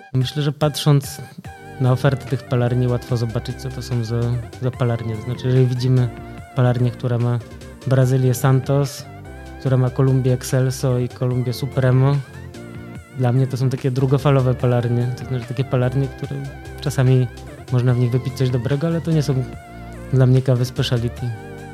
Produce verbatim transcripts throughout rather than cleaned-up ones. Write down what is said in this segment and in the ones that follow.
Myślę, że patrząc na ofertę tych palarni łatwo zobaczyć, co to są za, za palarnie. To znaczy, jeżeli widzimy palarnię, która ma Brazylię Santos, która ma Columbię Excelso i Columbię Supremo, dla mnie to są takie drugofalowe palarnie. To znaczy takie palarnie, które czasami można w nich wypić coś dobrego, ale to nie są dla mnie kawy speciality.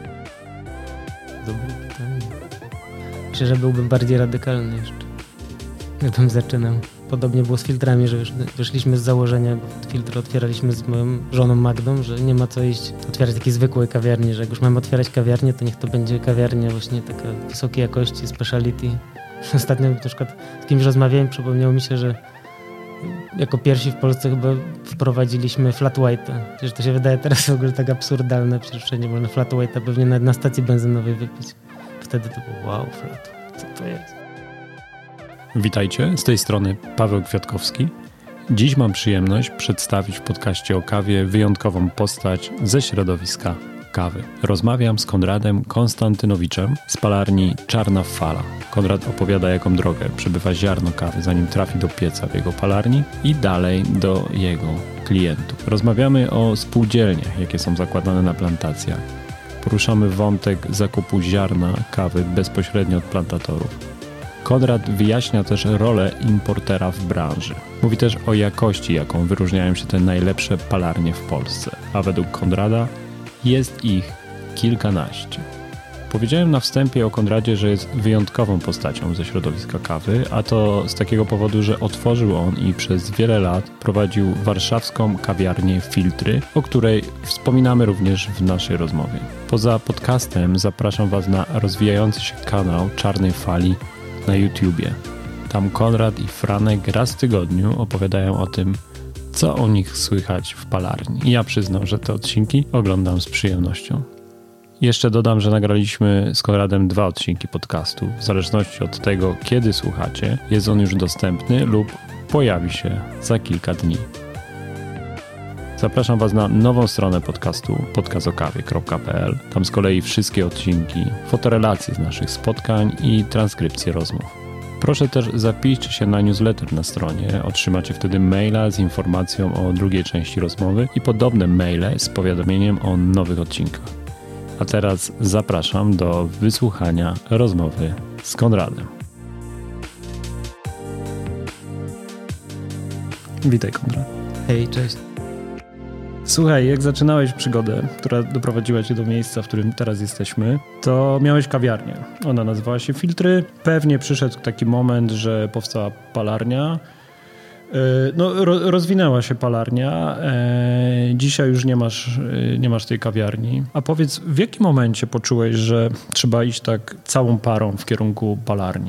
Dobre pytanie. Myślę, że byłbym bardziej radykalny jeszcze, gdybym zaczynał. Podobnie było z filtrami, że wyszliśmy z założenia, bo filtry otwieraliśmy z moją żoną Magdą, że nie ma co iść otwierać takiej zwykłej kawiarni, że jak już mamy otwierać kawiarnię, to niech to będzie kawiarnia właśnie taka wysokiej jakości, speciality. Ostatnio na przykład z kimś rozmawiałem, przypomniało mi się, że jako pierwsi w Polsce chyba wprowadziliśmy flat white'a. Przecież to się wydaje teraz w ogóle tak absurdalne, przecież wszędzie można flat white'a pewnie nawet na stacji benzynowej wypić. Wtedy to było wow, flat white, co to jest? Witajcie, z tej strony Paweł Kwiatkowski. Dziś mam przyjemność przedstawić w podcaście o kawie wyjątkową postać ze środowiska kawy. Rozmawiam z Konradem Konstantynowiczem z palarni Czarna Fala. Konrad opowiada, jaką drogę przebywa ziarno kawy, zanim trafi do pieca w jego palarni i dalej do jego klientów. Rozmawiamy o spółdzielniach, jakie są zakładane na plantacjach. Poruszamy wątek zakupu ziarna kawy bezpośrednio od plantatorów. Konrad wyjaśnia też rolę importera w branży. Mówi też o jakości, jaką wyróżniają się te najlepsze palarnie w Polsce, a według Konrada jest ich kilkanaście. Powiedziałem na wstępie o Konradzie, że jest wyjątkową postacią ze środowiska kawy, a to z takiego powodu, że otworzył on i przez wiele lat prowadził warszawską kawiarnię Filtry, o której wspominamy również w naszej rozmowie. Poza podcastem zapraszam Was na rozwijający się kanał Czarnej Fali na YouTubie. Tam Konrad i Franek raz w tygodniu opowiadają o tym, co o nich słychać w palarni. I ja przyznam, że te odcinki oglądam z przyjemnością. Jeszcze dodam, że nagraliśmy z Konradem dwa odcinki podcastu. W zależności od tego, kiedy słuchacie, jest on już dostępny lub pojawi się za kilka dni. Zapraszam Was na nową stronę podcastu podcast o kawie kropka p l. Tam z kolei wszystkie odcinki, fotorelacje z naszych spotkań i transkrypcje rozmów. Proszę też zapiszcie się na newsletter na stronie. Otrzymacie wtedy maila z informacją o drugiej części rozmowy i podobne maile z powiadomieniem o nowych odcinkach. A teraz zapraszam do wysłuchania rozmowy z Konradem. Witaj, Konrad. Hej, cześć. Słuchaj, jak zaczynałeś przygodę, która doprowadziła cię do miejsca, w którym teraz jesteśmy, to miałeś kawiarnię. Ona nazywała się Filtry. Pewnie przyszedł taki moment, że powstała palarnia. No, ro, rozwinęła się palarnia. Dzisiaj już nie masz, nie masz tej kawiarni. A powiedz, w jakim momencie poczułeś, że trzeba iść tak całą parą w kierunku palarni?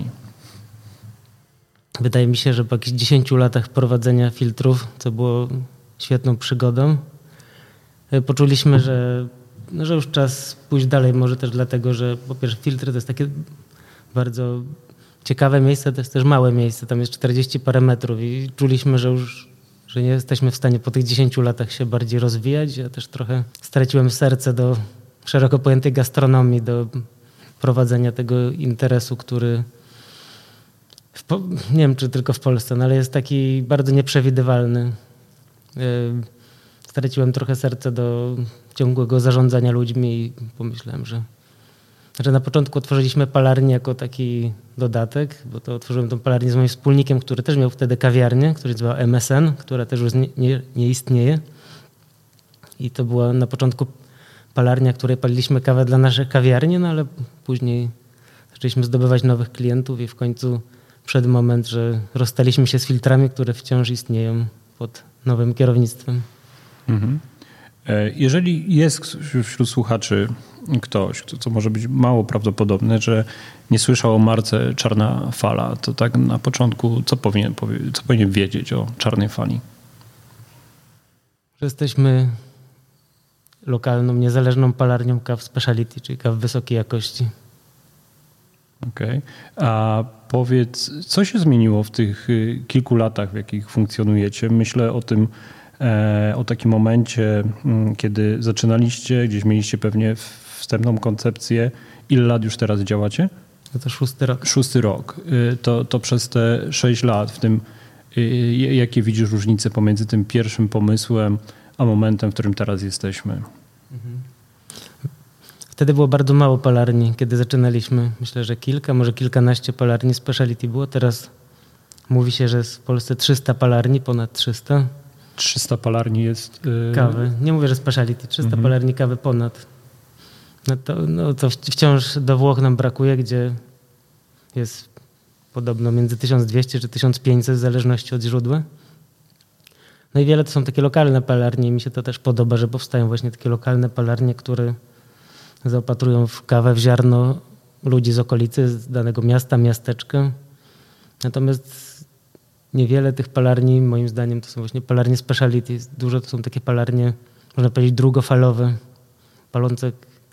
Wydaje mi się, że po jakichś dziesięciu latach prowadzenia filtrów, co było świetną przygodą, poczuliśmy, że, że już czas pójść dalej. Może też dlatego, że po pierwsze Filtry to jest takie bardzo ciekawe miejsce, to jest też małe miejsce, tam jest czterdzieści parę metrów i czuliśmy, że już że nie jesteśmy w stanie po tych dziesięciu latach się bardziej rozwijać. Ja też trochę straciłem serce do szeroko pojętej gastronomii, do prowadzenia tego interesu, który w, nie wiem, czy tylko w Polsce, no ale jest taki bardzo nieprzewidywalny. Straciłem trochę serce do ciągłego zarządzania ludźmi i pomyślałem, że, że na początku otworzyliśmy palarnię jako taki dodatek, bo to otworzyłem tą palarnię z moim wspólnikiem, który też miał wtedy kawiarnię, który się nazywał M S N, która też już nie, nie, nie istnieje. I to była na początku palarnia, której paliliśmy kawę dla naszych kawiarni, no ale później zaczęliśmy zdobywać nowych klientów i w końcu przyszedł moment, że rozstaliśmy się z Filtrami, które wciąż istnieją pod nowym kierownictwem. Mhm. Jeżeli jest wśród słuchaczy ktoś, co może być mało prawdopodobne, że nie słyszał o marce Czarna Fala, to tak na początku co powinien, co powinien wiedzieć o Czarnej Fali? Że jesteśmy lokalną, niezależną palarnią kaw speciality, czyli kaw wysokiej jakości. Okej. Okay. A powiedz, co się zmieniło w tych kilku latach, w jakich funkcjonujecie? Myślę o tym, o takim momencie, kiedy zaczynaliście, gdzieś mieliście pewnie wstępną koncepcję. Ile lat już teraz działacie? No to szósty rok. Szósty rok. To, to przez te sześć lat w tym Jakie widzisz różnice pomiędzy tym pierwszym pomysłem, a momentem, w którym teraz jesteśmy? Wtedy było bardzo mało palarni, kiedy zaczynaliśmy. Myślę, że kilka, może kilkanaście palarni speciality było. Teraz mówi się, że jest w Polsce trzysta palarni, ponad trzysta. trzysta palarni jest... Yy... Kawy. Nie mówię, że speciality. trzysta mhm. palarni kawy ponad. No to, no to wciąż do Włoch nam brakuje, gdzie jest podobno między tysiąc dwieście czy tysiąc pięćset w zależności od źródła. No i wiele to są takie lokalne palarnie i mi się to też podoba, że powstają właśnie takie lokalne palarnie, które zaopatrują w kawę, w ziarno ludzi z okolicy, z danego miasta, miasteczka. Natomiast niewiele tych palarni, moim zdaniem, to są właśnie palarnie speciality. Dużo to są takie palarnie, można powiedzieć, drugofalowe, palące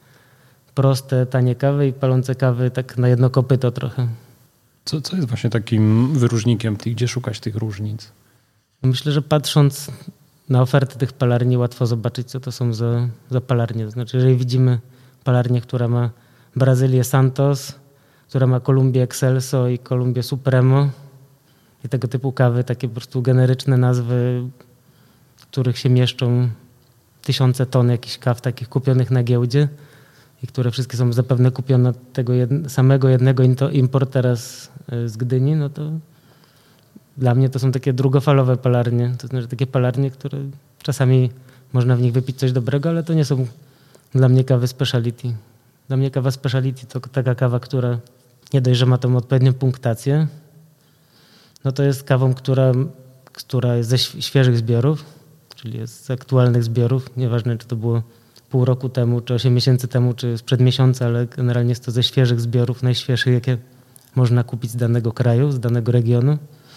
proste, tanie kawy i palące kawy tak na jedno kopyto trochę. Co, co jest właśnie takim wyróżnikiem? Gdzie szukać tych różnic? Myślę, że patrząc na ofertę tych palarni łatwo zobaczyć, co to są za, za palarnie. To znaczy, jeżeli widzimy palarnię, która ma Brazylię Santos, która ma Columbię Excelso i Columbię Supremo i tego typu kawy, takie po prostu generyczne nazwy, w których się mieszczą tysiące ton jakichś kaw takich kupionych na giełdzie i które wszystkie są zapewne kupione od tego jed- samego jednego importera z, z Gdyni, no to dla mnie to są takie drugofalowe palarnie. To znaczy takie palarnie, które czasami można w nich wypić coś dobrego, ale to nie są dla mnie kawy speciality. Dla mnie kawa speciality to taka kawa, która nie dość, że ma tą odpowiednią punktację, no to jest kawą, która, która jest ze świeżych zbiorów, czyli jest z aktualnych zbiorów. Nieważne, czy to było pół roku temu, czy osiem miesięcy temu, czy sprzed miesiąca, ale generalnie jest to ze świeżych zbiorów, najświeższych, jakie można kupić z danego kraju, z danego regionu.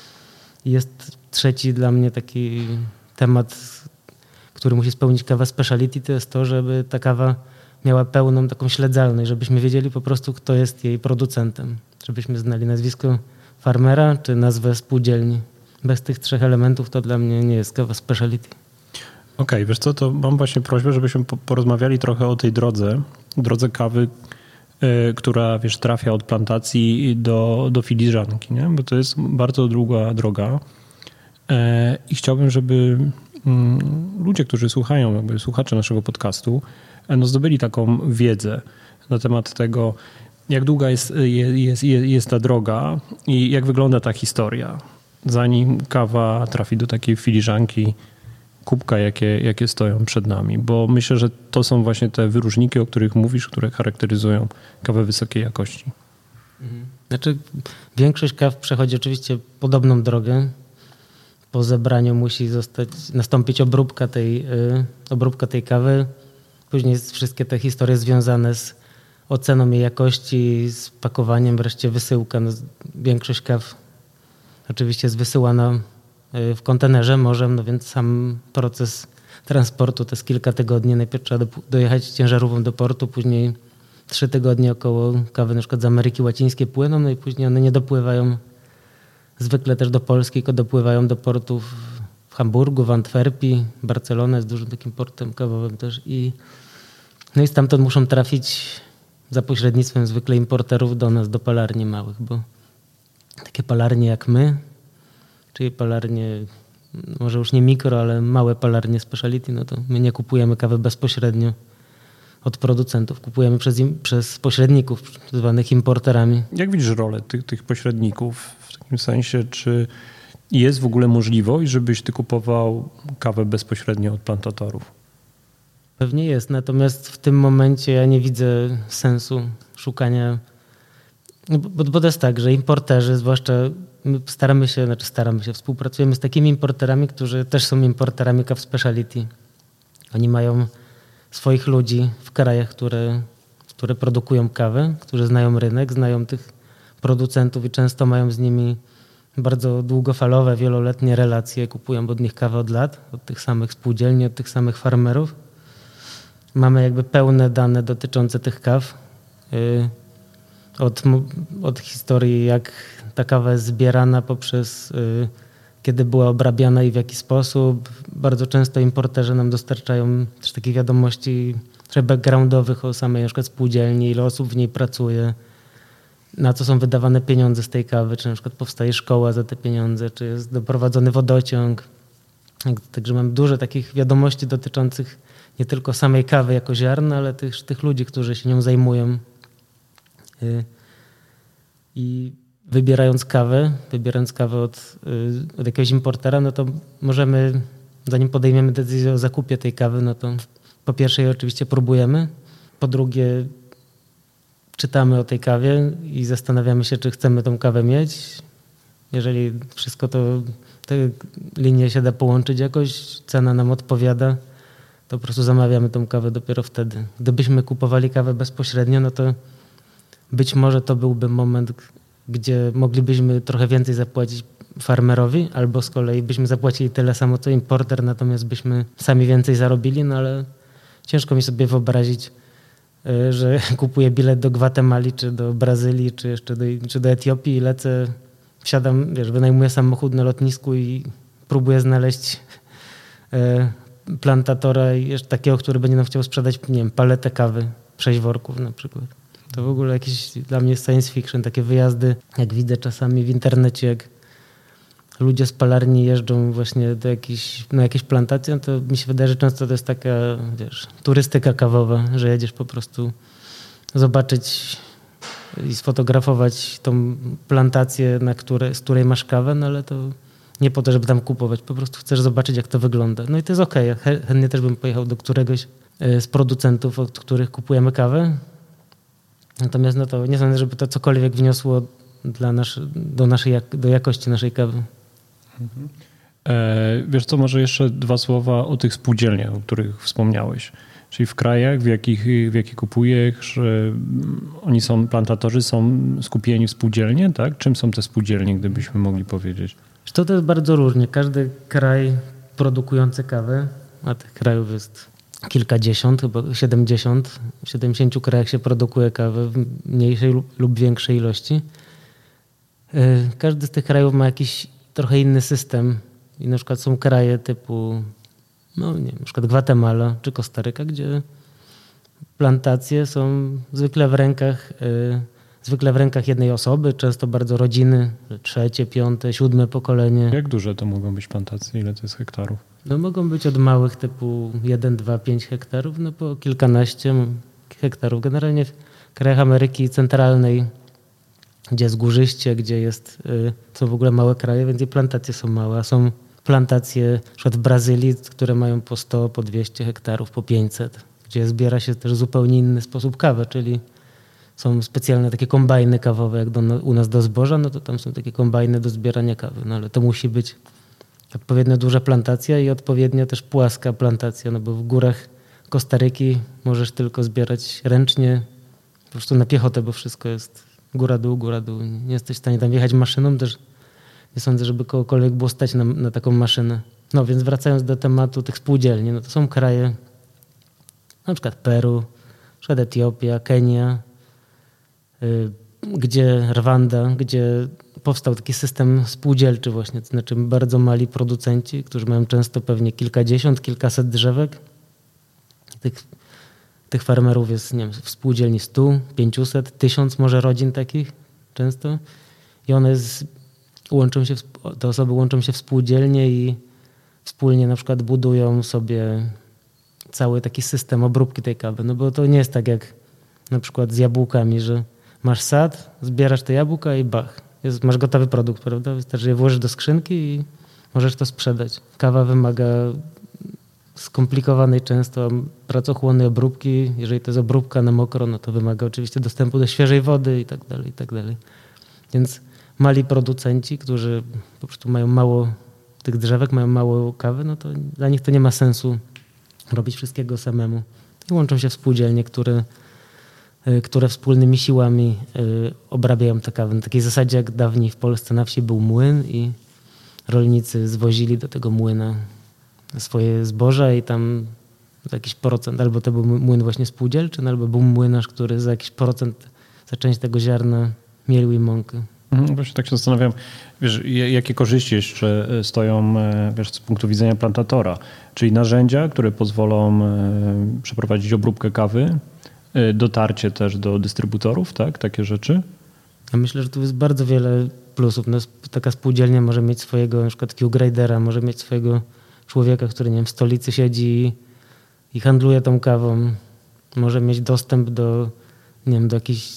I jest trzeci dla mnie taki temat, który musi spełnić kawa speciality, to jest to, żeby ta kawa miała pełną taką śledzalność, żebyśmy wiedzieli po prostu, kto jest jej producentem. Żebyśmy znali nazwisko farmera czy nazwę spółdzielni. Bez tych trzech elementów to dla mnie nie jest kawa speciality. Okej, okay, wiesz co, to mam właśnie prośbę, żebyśmy porozmawiali trochę o tej drodze, drodze kawy, yy, która wiesz, trafia od plantacji do, do filiżanki, nie? Bo to jest bardzo długa droga yy, i chciałbym, żeby yy, ludzie, którzy słuchają, jakby słuchacze naszego podcastu, yy, no zdobyli taką wiedzę na temat tego, jak długa jest, jest, jest, jest ta droga i jak wygląda ta historia, zanim kawa trafi do takiej filiżanki, kubka, jakie, jakie stoją przed nami. Bo myślę, że to są właśnie te wyróżniki, o których mówisz, które charakteryzują kawę wysokiej jakości. Znaczy, większość kaw przechodzi oczywiście podobną drogę. Po zebraniu musi zostać, nastąpić obróbka tej, yy, obróbka tej kawy. Później wszystkie te historie związane z oceną jej jakości, z pakowaniem, wreszcie wysyłka. No, większość kaw oczywiście jest wysyłana w kontenerze morzem, no więc sam proces transportu to jest kilka tygodni. Najpierw trzeba dojechać ciężarówką do portu, później trzy tygodnie około kawy na przykład z Ameryki Łacińskiej płyną, no i później one nie dopływają zwykle też do Polski, tylko dopływają do portów w Hamburgu, w Antwerpii, Barcelona jest dużym takim portem kawowym też i no i stamtąd muszą trafić za pośrednictwem zwykle importerów do nas, do palarni małych, bo takie palarnie jak my, czyli palarnie, może już nie mikro, ale małe palarnie speciality, no to my nie kupujemy kawy bezpośrednio od producentów. Kupujemy przez, im, przez pośredników, zwanych importerami. Jak widzisz rolę tych, tych pośredników? W takim sensie, czy jest w ogóle możliwość, żebyś ty kupował kawę bezpośrednio od plantatorów? Pewnie jest, natomiast w tym momencie ja nie widzę sensu szukania, bo, bo to jest tak, że importerzy, zwłaszcza my staramy się, znaczy staramy się, współpracujemy z takimi importerami, którzy też są importerami kaw speciality. Oni mają swoich ludzi w krajach, które, które produkują kawę, którzy znają rynek, znają tych producentów i często mają z nimi bardzo długofalowe, wieloletnie relacje, kupują od nich kawę od lat, od tych samych spółdzielni, od tych samych farmerów. Mamy jakby pełne dane dotyczące tych kaw. Od, od historii, jak ta kawa jest zbierana poprzez y, kiedy była obrabiana i w jaki sposób. Bardzo często importerzy nam dostarczają też takich wiadomości backgroundowych o samej na przykład spółdzielni, ile osób w niej pracuje, na co są wydawane pieniądze z tej kawy, czy na przykład powstaje szkoła za te pieniądze, czy jest doprowadzony wodociąg. Także mam dużo takich wiadomości dotyczących nie tylko samej kawy jako ziarna, ale też tych ludzi, którzy się nią zajmują. I wybierając kawę, wybierając kawę od, od jakiegoś importera, no to możemy, zanim podejmiemy decyzję o zakupie tej kawy, no to po pierwsze jej oczywiście próbujemy, po drugie czytamy o tej kawie i zastanawiamy się, czy chcemy tą kawę mieć. Jeżeli wszystko to, te linie się da połączyć jakoś, cena nam odpowiada, to po prostu zamawiamy tą kawę dopiero wtedy. Gdybyśmy kupowali kawę bezpośrednio, no to być może to byłby moment, gdzie moglibyśmy trochę więcej zapłacić farmerowi, albo z kolei byśmy zapłacili tyle samo co importer, natomiast byśmy sami więcej zarobili, no ale ciężko mi sobie wyobrazić, że kupuję bilet do Gwatemali, czy do Brazylii, czy jeszcze do, czy do Etiopii i lecę, wsiadam, wiesz, wynajmuję samochód na lotnisku i próbuję znaleźć e, plantatora i jeszcze takiego, który będzie nam chciał sprzedać, nie wiem, paletę kawy, sześć worków na przykład. To w ogóle jakiś dla mnie science fiction, takie wyjazdy, jak widzę czasami w internecie, jak ludzie z palarni jeżdżą właśnie do jakichś, na jakieś plantacje, to mi się wydaje, że często to jest taka, wiesz, turystyka kawowa, że jedziesz po prostu zobaczyć i sfotografować tą plantację, na które, z której masz kawę, no ale to nie po to, żeby tam kupować, po prostu chcesz zobaczyć, jak to wygląda. No i to jest okej. Okay. Chętnie też bym pojechał do któregoś z producentów, od których kupujemy kawę. Natomiast no to nie sądzę, żeby to cokolwiek wniosło dla nasz, do, naszej, do jakości naszej kawy. Mhm. E, wiesz co, może jeszcze dwa słowa o tych spółdzielniach, o których wspomniałeś. Czyli w krajach, w jakich, w jakich kupujesz, oni są, plantatorzy są skupieni w spółdzielnie, tak? Czym są te spółdzielnie, gdybyśmy mogli powiedzieć? To, to jest bardzo różnie. Każdy kraj produkujący kawę, a tych krajów jest kilkadziesiąt, chyba siedemdziesiąt. W siedemdziesięciu krajach się produkuje kawę w mniejszej lub większej ilości. Każdy z tych krajów ma jakiś trochę inny system i na przykład są kraje typu no nie wiem, na przykład Gwatemala czy Kostaryka, gdzie plantacje są zwykle w rękach yy, zwykle w rękach jednej osoby, często bardzo rodziny, trzecie, piąte, siódme pokolenie. Jak duże to mogą być plantacje? Ile to jest hektarów? No mogą być od małych typu jeden, dwa, pięć hektarów, no po kilkanaście hektarów. Generalnie w krajach Ameryki Centralnej, gdzie jest górzyście, gdzie jest, yy, są w ogóle małe kraje, więc i plantacje są małe. Są plantacje na przykład w Brazylii, które mają po sto, po dwieście hektarów, po pięćset, gdzie zbiera się też w zupełnie inny sposób kawę, czyli są specjalne takie kombajny kawowe, jak do, u nas do zboża, no to tam są takie kombajny do zbierania kawy, no ale to musi być odpowiednio duża plantacja i odpowiednio też płaska plantacja, no bo w górach Kostaryki możesz tylko zbierać ręcznie, po prostu na piechotę, bo wszystko jest góra-dół, góra-dół. Nie jesteś w stanie tam jechać maszyną, też nie sądzę, żeby kogokolwiek było stać na, na taką maszynę. No więc wracając do tematu tych spółdzielni, no to są kraje, na przykład Peru, na przykład Etiopia, Kenia, y, gdzie Rwanda, gdzie powstał taki system spółdzielczy właśnie, to znaczy bardzo mali producenci, którzy mają często pewnie kilkadziesiąt, kilkaset drzewek. Tych, tych farmerów jest, nie wiem, w spółdzielni stu, pięciuset, tysiąc może rodzin takich często i one z, łączą się, te osoby łączą się w spółdzielnie i wspólnie na przykład budują sobie cały taki system obróbki tej kawy. No bo to nie jest tak jak na przykład z jabłkami, że masz sad, zbierasz te jabłka i bach, jest, masz gotowy produkt, prawda? Wystarczy je włożyć do skrzynki i możesz to sprzedać. Kawa wymaga skomplikowanej często pracochłonnej obróbki. Jeżeli to jest obróbka na mokro, no to wymaga oczywiście dostępu do świeżej wody i tak dalej, i tak dalej. Więc mali producenci, którzy po prostu mają mało tych drzewek, mają mało kawy, no to dla nich to nie ma sensu robić wszystkiego samemu. I łączą się w spółdzielnie, które, które wspólnymi siłami obrabiają tę kawę. Na takiej zasadzie jak dawniej w Polsce na wsi był młyn i rolnicy zwozili do tego młyna swoje zboża i tam za jakiś procent, albo to był młyn właśnie spółdzielczy, no albo był młynarz, który za jakiś procent, za część tego ziarna mielił i mąkę. Mhm, właśnie tak się zastanawiam, wiesz, jakie korzyści jeszcze stoją, wiesz, z punktu widzenia plantatora, czyli narzędzia, które pozwolą przeprowadzić obróbkę kawy, dotarcie też do dystrybutorów, tak, takie rzeczy. Ja myślę, że tu jest bardzo wiele plusów. No, taka spółdzielnia może mieć swojego na przykład Q-gradera, może mieć swojego człowieka, który nie wiem, w stolicy siedzi i handluje tą kawą. Może mieć dostęp do, nie wiem, do jakiejś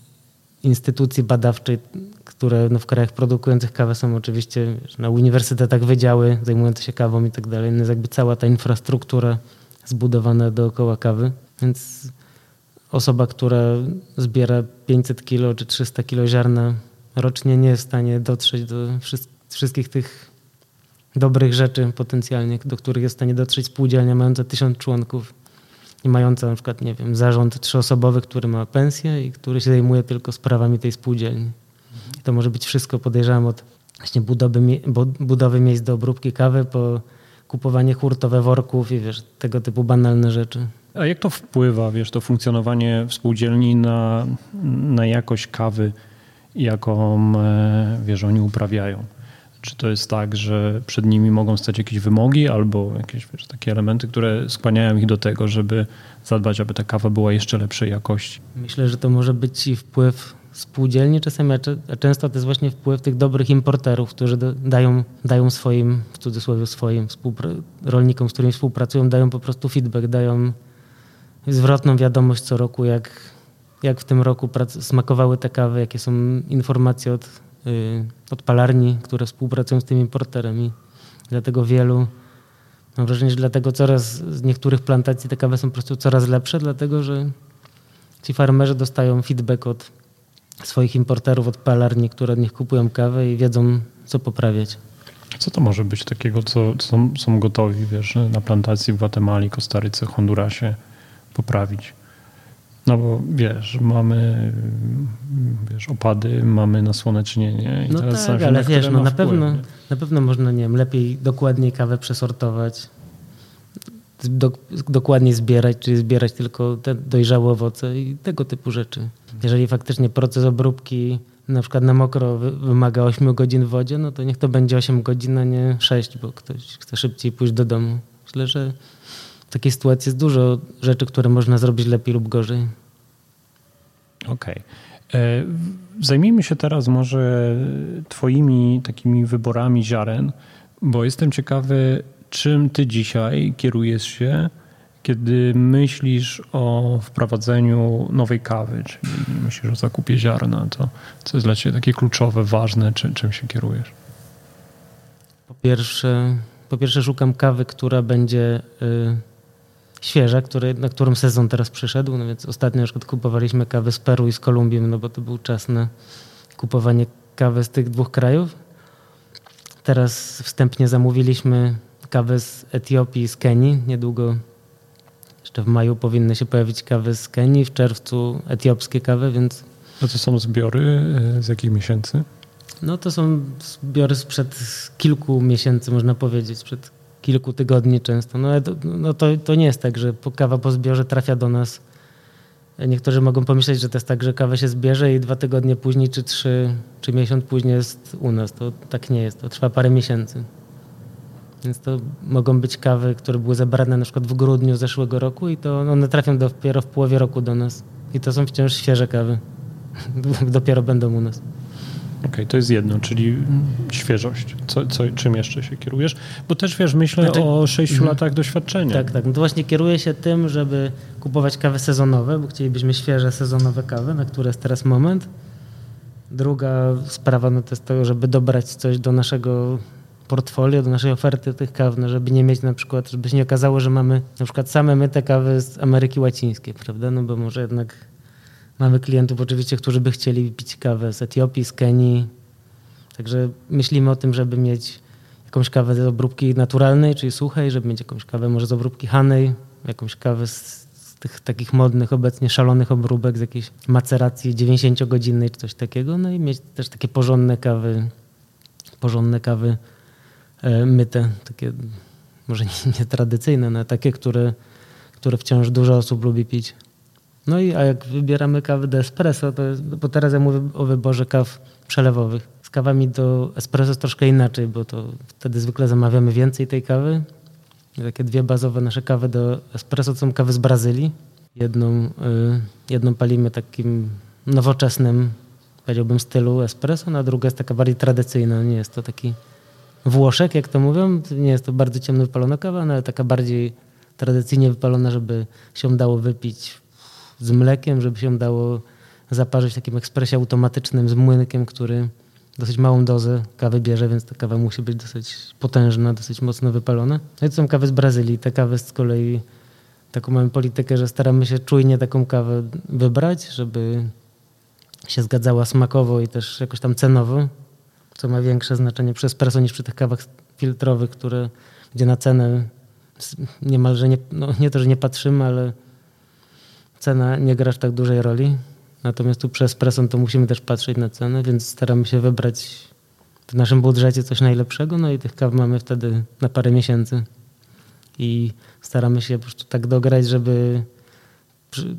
instytucji badawczej, które no, w krajach produkujących kawę są oczywiście na uniwersytetach wydziały zajmujące się kawą i tak dalej. No, jest jakby cała ta infrastruktura zbudowana dookoła kawy. Więc osoba, która zbiera pięćset kilo czy trzysta kilo ziarna rocznie, nie jest w stanie dotrzeć do wszystkich tych dobrych rzeczy potencjalnie, do których jest w stanie dotrzeć spółdzielnia mająca tysiąc członków i mająca na przykład, nie wiem, zarząd trzyosobowy, który ma pensję i który się zajmuje tylko sprawami tej spółdzielni. I to może być wszystko, podejrzewam, od właśnie budowy, budowy miejsc do obróbki kawy po kupowanie hurtowe worków i wiesz, tego typu banalne rzeczy. A jak to wpływa, wiesz, to funkcjonowanie spółdzielni na, na jakość kawy, jaką, wiesz, oni uprawiają? Czy to jest tak, że przed nimi mogą stać jakieś wymogi albo jakieś, wiesz, takie elementy, które skłaniają ich do tego, żeby zadbać, aby ta kawa była jeszcze lepszej jakości? Myślę, że to może być i wpływ spółdzielni czasami, a często to jest właśnie wpływ tych dobrych importerów, którzy dają, dają swoim, w cudzysłowie swoim współpra- rolnikom, z którymi współpracują, dają po prostu feedback, dają zwrotną wiadomość co roku, jak, jak w tym roku prac- smakowały te kawy, jakie są informacje od, yy, od palarni, które współpracują z tym importerem i dlatego wielu, mam wrażenie, że dlatego coraz z niektórych plantacji te kawy są po prostu coraz lepsze, dlatego że ci farmerzy dostają feedback od swoich importerów, od palarni, które od nich kupują kawę i wiedzą, co poprawiać. Co to może być takiego, co są, są gotowi, wiesz, na plantacji w Gwatemali, Kostaryce, Hondurasie poprawić? No bo wiesz, mamy wiesz, opady, mamy nasłonecznienie. I no teraz tak, ale wiesz, no na pewno, na pewno można, nie wiem, lepiej, dokładniej kawę przesortować, do, dokładniej zbierać, czyli zbierać tylko te dojrzałe owoce i tego typu rzeczy. Jeżeli faktycznie proces obróbki na przykład na mokro wymaga ośmiu godzin w wodzie, no to niech to będzie osiem godzin, a nie sześć, bo ktoś chce szybciej pójść do domu. Myślę, że w takiej sytuacji jest dużo rzeczy, które można zrobić lepiej lub gorzej. Okej. Okay. Zajmijmy się teraz może twoimi takimi wyborami ziaren, bo jestem ciekawy, czym ty dzisiaj kierujesz się, kiedy myślisz o wprowadzeniu nowej kawy, czyli myślisz o zakupie ziarna, to co jest dla ciebie takie kluczowe, ważne, czy, czym się kierujesz? Po pierwsze, po pierwsze szukam kawy, która będzie y, świeża, który, na którą sezon teraz przyszedł. No więc ostatnio na przykład kupowaliśmy kawę z Peru i z Kolumbii, no bo to był czas na kupowanie kawy z tych dwóch krajów. Teraz wstępnie zamówiliśmy kawę z Etiopii i z Kenii. Niedługo, jeszcze w maju powinny się pojawić kawy z Kenii, w czerwcu etiopskie kawy, więc... A to są zbiory z jakich miesięcy? No to są zbiory sprzed kilku miesięcy, można powiedzieć, sprzed kilku tygodni często. No, to, no to, to nie jest tak, że kawa po zbiorze trafia do nas. Niektórzy mogą pomyśleć, że to jest tak, że kawę się zbierze i dwa tygodnie później, czy trzy, czy miesiąc później jest u nas. To tak nie jest, to trwa parę miesięcy. Więc to mogą być kawy, które były zebrane na przykład w grudniu zeszłego roku i to one trafią dopiero w połowie roku do nas. I to są wciąż świeże kawy. Dopiero będą u nas. Okej, okay, to jest jedno, czyli świeżość. Co, co, czym jeszcze się kierujesz? Bo też wiesz, myślę znaczy, o sześciu mm, latach doświadczenia. Tak, tak. No to właśnie kieruję się tym, żeby kupować kawy sezonowe, bo chcielibyśmy świeże, sezonowe kawy, na które jest teraz moment. Druga sprawa no to jest to, żeby dobrać coś do naszego portfolio, do naszej oferty tych kaw, no żeby nie mieć na przykład, żeby się nie okazało, że mamy na przykład same my te kawy z Ameryki Łacińskiej, prawda? No bo może jednak mamy klientów oczywiście, którzy by chcieli pić kawę z Etiopii, z Kenii. Także myślimy o tym, żeby mieć jakąś kawę z obróbki naturalnej, czyli suchej, żeby mieć jakąś kawę może z obróbki hanej, jakąś kawę z, z tych takich modnych obecnie szalonych obróbek, z jakiejś maceracji dziewięćdziesięciogodzinnej czy coś takiego. No i mieć też takie porządne kawy, porządne kawy e, myte, takie może nietradycyjne, no, takie, które, które wciąż dużo osób lubi pić. No i a jak wybieramy kawy do espresso, to jest, bo teraz ja mówię o wyborze kaw przelewowych. Z kawami do espresso jest troszkę inaczej, bo to wtedy zwykle zamawiamy więcej tej kawy. Takie dwie bazowe nasze kawy do espresso to są kawy z Brazylii. Jedną, yy, jedną palimy takim nowoczesnym powiedziałbym, stylu espresso, no a druga jest taka bardziej tradycyjna. Nie jest to taki Włoszek, jak to mówią. Nie jest to bardzo ciemno wypalona kawa, no ale taka bardziej tradycyjnie wypalona, żeby się dało wypić z mlekiem, żeby się dało zaparzyć w takim ekspresie automatycznym z młynkiem, który dosyć małą dozę kawy bierze, więc ta kawa musi być dosyć potężna, dosyć mocno wypalona. No i to są kawy z Brazylii. Te kawy z kolei taką mamy politykę, że staramy się czujnie taką kawę wybrać, żeby się zgadzała smakowo i też jakoś tam cenowo, co ma większe znaczenie przy espresso niż przy tych kawach filtrowych, które, gdzie na cenę niemalże nie, no nie to, że nie patrzymy, ale cena nie gra aż tak dużej roli. Natomiast tu przy espresso to musimy też patrzeć na cenę, więc staramy się wybrać w naszym budżecie coś najlepszego, no i tych kaw mamy wtedy na parę miesięcy. I staramy się po prostu tak dograć, żeby przy,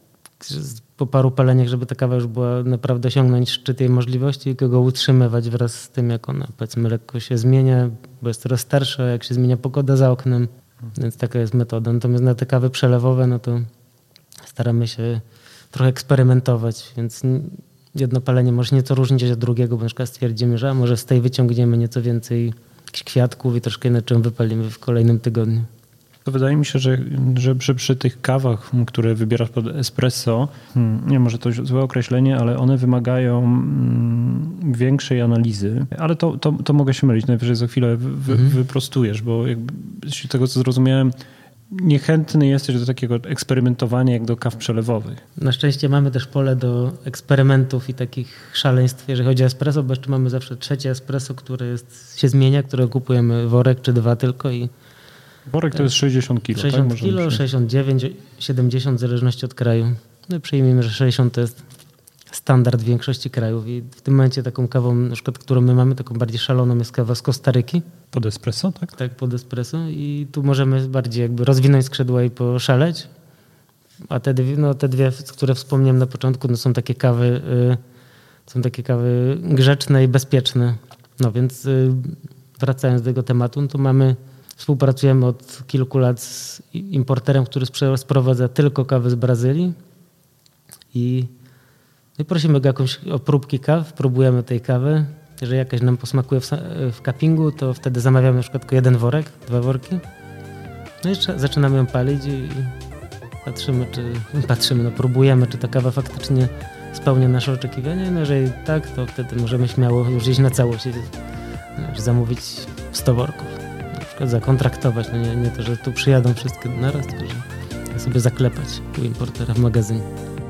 po paru paleniach, żeby ta kawa już była naprawdę osiągnąć szczyt jej możliwości i go utrzymywać wraz z tym, jak ona, powiedzmy, lekko się zmienia, bo jest coraz starsza, jak się zmienia pogoda za oknem, więc taka jest metoda. Natomiast na te kawy przelewowe, no to staramy się trochę eksperymentować, więc jedno palenie może nieco różnić się od drugiego, bo na przykład stwierdzimy, że a może z tej wyciągniemy nieco więcej jakichś kwiatków i troszkę inaczej wypalimy w kolejnym tygodniu. To wydaje mi się, że, że przy, przy tych kawach, które wybierasz pod espresso, hmm, nie może to złe określenie, ale one wymagają mm, większej analizy. Ale to, to, to mogę się mylić, najwyżej za chwilę wy, mhm. wyprostujesz, bo jakby, z tego co zrozumiałem, niechętny jesteś do takiego eksperymentowania jak do kaw przelewowych. Na szczęście mamy też pole do eksperymentów i takich szaleństw, jeżeli chodzi o espresso, bo jeszcze mamy zawsze trzecie espresso, które jest, się zmienia, które kupujemy worek czy dwa tylko i worek to jest sześćdziesiąt kilo. sześćdziesiąt tak? kilo, sześćdziesiąt dziewięć, siedemdziesiąt w zależności od kraju. No i przyjmijmy, że sześćdziesiąt to jest standard w większości krajów i w tym momencie taką kawą, na przykład, którą my mamy, taką bardziej szaloną jest kawa z Kostaryki. Pod espresso, tak? Tak, pod espresso i tu możemy bardziej jakby rozwinąć skrzydła i poszaleć, a te dwie, no, te dwie, które wspomniałem na początku, no, są takie kawy, y, są takie kawy grzeczne i bezpieczne. No więc y, wracając do tego tematu, no to mamy, współpracujemy od kilku lat z importerem, który sprowadza tylko kawy z Brazylii i, i prosimy go jakąś o próbki kaw, próbujemy tej kawy. Jeżeli jakaś nam posmakuje w, w cuppingu, to wtedy zamawiamy na przykład tylko jeden worek, dwa worki. No i zaczynamy ją palić i patrzymy, czy patrzymy, no próbujemy, czy ta kawa faktycznie spełnia nasze oczekiwania. No jeżeli tak, to wtedy możemy śmiało już iść na całość i zamówić sto worków. Na przykład zakontraktować, no nie, nie to, że tu przyjadą wszystkie naraz, tylko że sobie zaklepać u importera w magazynie.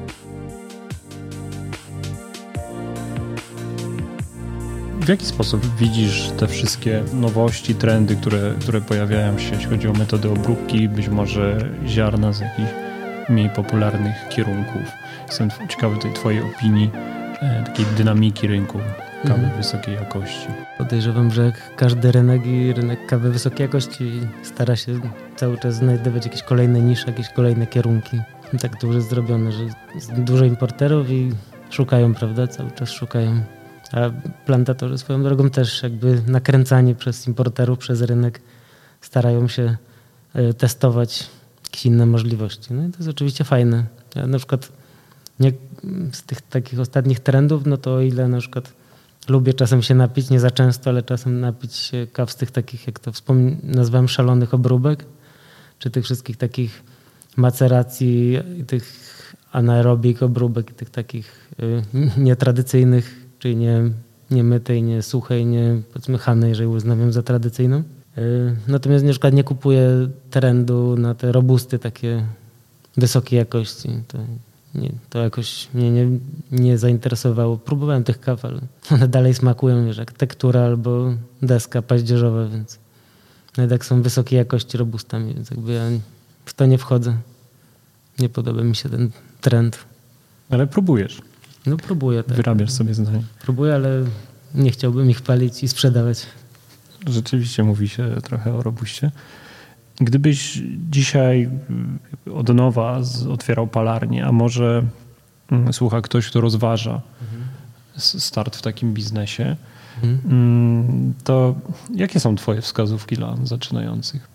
W jaki sposób widzisz te wszystkie nowości, trendy, które, które pojawiają się, jeśli chodzi o metody obróbki, być może ziarna z jakichś mniej popularnych kierunków? Jestem ciekawy tej twojej opinii, e, takiej dynamiki rynku kawy mhm. wysokiej jakości. Podejrzewam, że jak każdy rynek i rynek kawy wysokiej jakości stara się cały czas znajdować jakieś kolejne nisze, jakieś kolejne kierunki. I tak to już jest zrobione, że jest dużo importerów i szukają, prawda, cały czas szukają. A plantatorzy swoją drogą też jakby nakręcani przez importerów, przez rynek starają się testować jakieś inne możliwości. No i to jest oczywiście fajne. Ja na przykład nie, z tych takich ostatnich trendów, no to o ile na przykład lubię czasem się napić, nie za często, ale czasem napić się kaw z tych takich, jak to wspomn- nazwałem, szalonych obróbek, czy tych wszystkich takich maceracji, tych anaerobik obróbek i tych takich y, nietradycyjnych, czyli nie, nie mytej, nie suchej, nie powiedzmy chanej, jeżeli uznawiam za tradycyjną. Natomiast na przykład nie kupuję trendu na te robusty takie wysokiej jakości. To, nie, to jakoś mnie nie, nie zainteresowało. Próbowałem tych kaw, ale one dalej smakują, wiesz, jak tektura albo deska paździerzowa, więc jednak są wysokiej jakości robustami, więc jakby ja w to nie wchodzę. Nie podoba mi się ten trend. Ale próbujesz. No próbuję. Tak. Wyrabiasz sobie zdanie. Próbuję, ale nie chciałbym ich palić i sprzedawać. Rzeczywiście mówi się trochę o robuście. Gdybyś dzisiaj od nowa otwierał palarnię, a może słucha ktoś, kto rozważa mhm. start w takim biznesie, mhm. to jakie są twoje wskazówki dla zaczynających?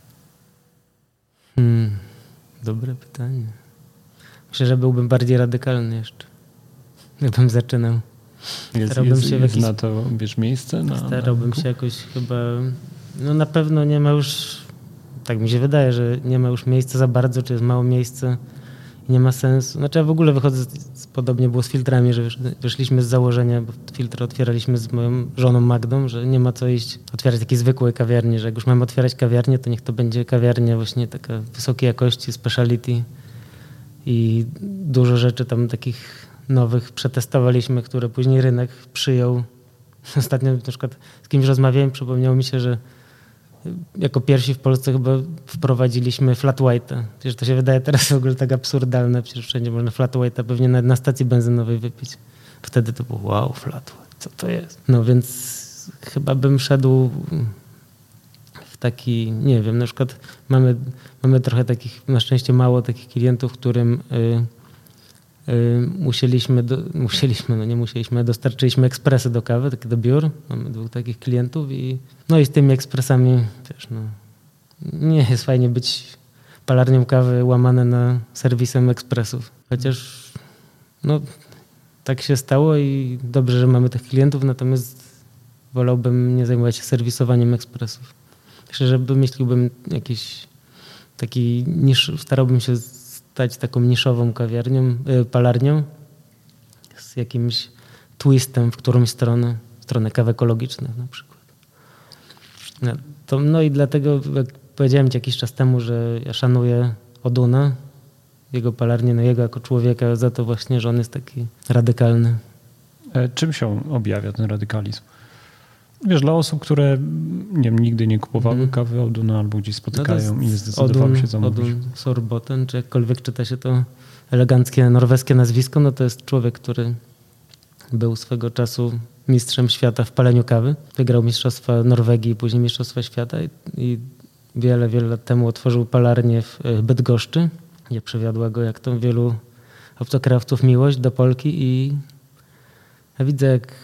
Hmm, dobre pytanie. Myślę, że byłbym bardziej radykalny jeszcze, gdybym zaczynał. Jest, jest, jest jakiś... na to, wiesz, miejsce? Na, starałbym na się jakoś chyba... No na pewno nie ma już... Tak mi się wydaje, że nie ma już miejsca za bardzo, czy jest mało miejsca i nie ma sensu. Znaczy ja w ogóle wychodzę, z, podobnie było z filtrami, że wyszliśmy z założenia, bo filtry otwieraliśmy z moją żoną Magdą, że nie ma co iść otwierać takiej zwykłej kawiarni, że jak już mamy otwierać kawiarnię, to niech to będzie kawiarnia właśnie taka wysokiej jakości, speciality i dużo rzeczy tam takich nowych przetestowaliśmy, które później rynek przyjął. Ostatnio na przykład z kimś rozmawiałem, przypomniało mi się, że jako pierwsi w Polsce chyba wprowadziliśmy flat white'a. Przecież to się wydaje teraz w ogóle tak absurdalne. Przecież wszędzie można flat white'a pewnie nawet na stacji benzynowej wypić. Wtedy to było wow, flat white, co to jest? No więc chyba bym szedł w taki, nie wiem, na przykład mamy, mamy trochę takich, na szczęście mało takich klientów, którym y, y, musieliśmy, do, musieliśmy, no nie musieliśmy, dostarczyliśmy ekspresy do kawy, takie do biur. Mamy dwóch takich klientów i no i z tymi ekspresami, wiesz, no, nie jest fajnie być palarnią kawy łamane na serwisem ekspresów. Chociaż no, tak się stało i dobrze, że mamy tych klientów, natomiast wolałbym nie zajmować się serwisowaniem ekspresów. Myślę, że wymyśliłbym jakiś taki nisz, starałbym się stać taką niszową kawiarnią, yy, palarnią z jakimś twistem w którąś stronę, w stronę kaw ekologicznych na przykład. No, to, no i dlatego, jak powiedziałem ci jakiś czas temu, że ja szanuję Oduna, jego palarnię, no jego jako człowieka za to właśnie, że on jest taki radykalny. E, czym się objawia ten radykalizm? Wiesz, dla osób, które nie wiem, nigdy nie kupowały mm. kawy Oduna albo gdzieś spotykają no i nie zdecydowały Odun, się zamówić. Odun Sorboten, czy jakkolwiek czyta się to eleganckie norweskie nazwisko, no to jest człowiek, który był swego czasu mistrzem świata w paleniu kawy. Wygrał mistrzostwa Norwegii i później mistrzostwa świata i, i wiele, wiele lat temu otworzył palarnię w Bydgoszczy, gdzie przywiodła go jak to wielu obcokrajowców miłość do Polki i ja widzę, jak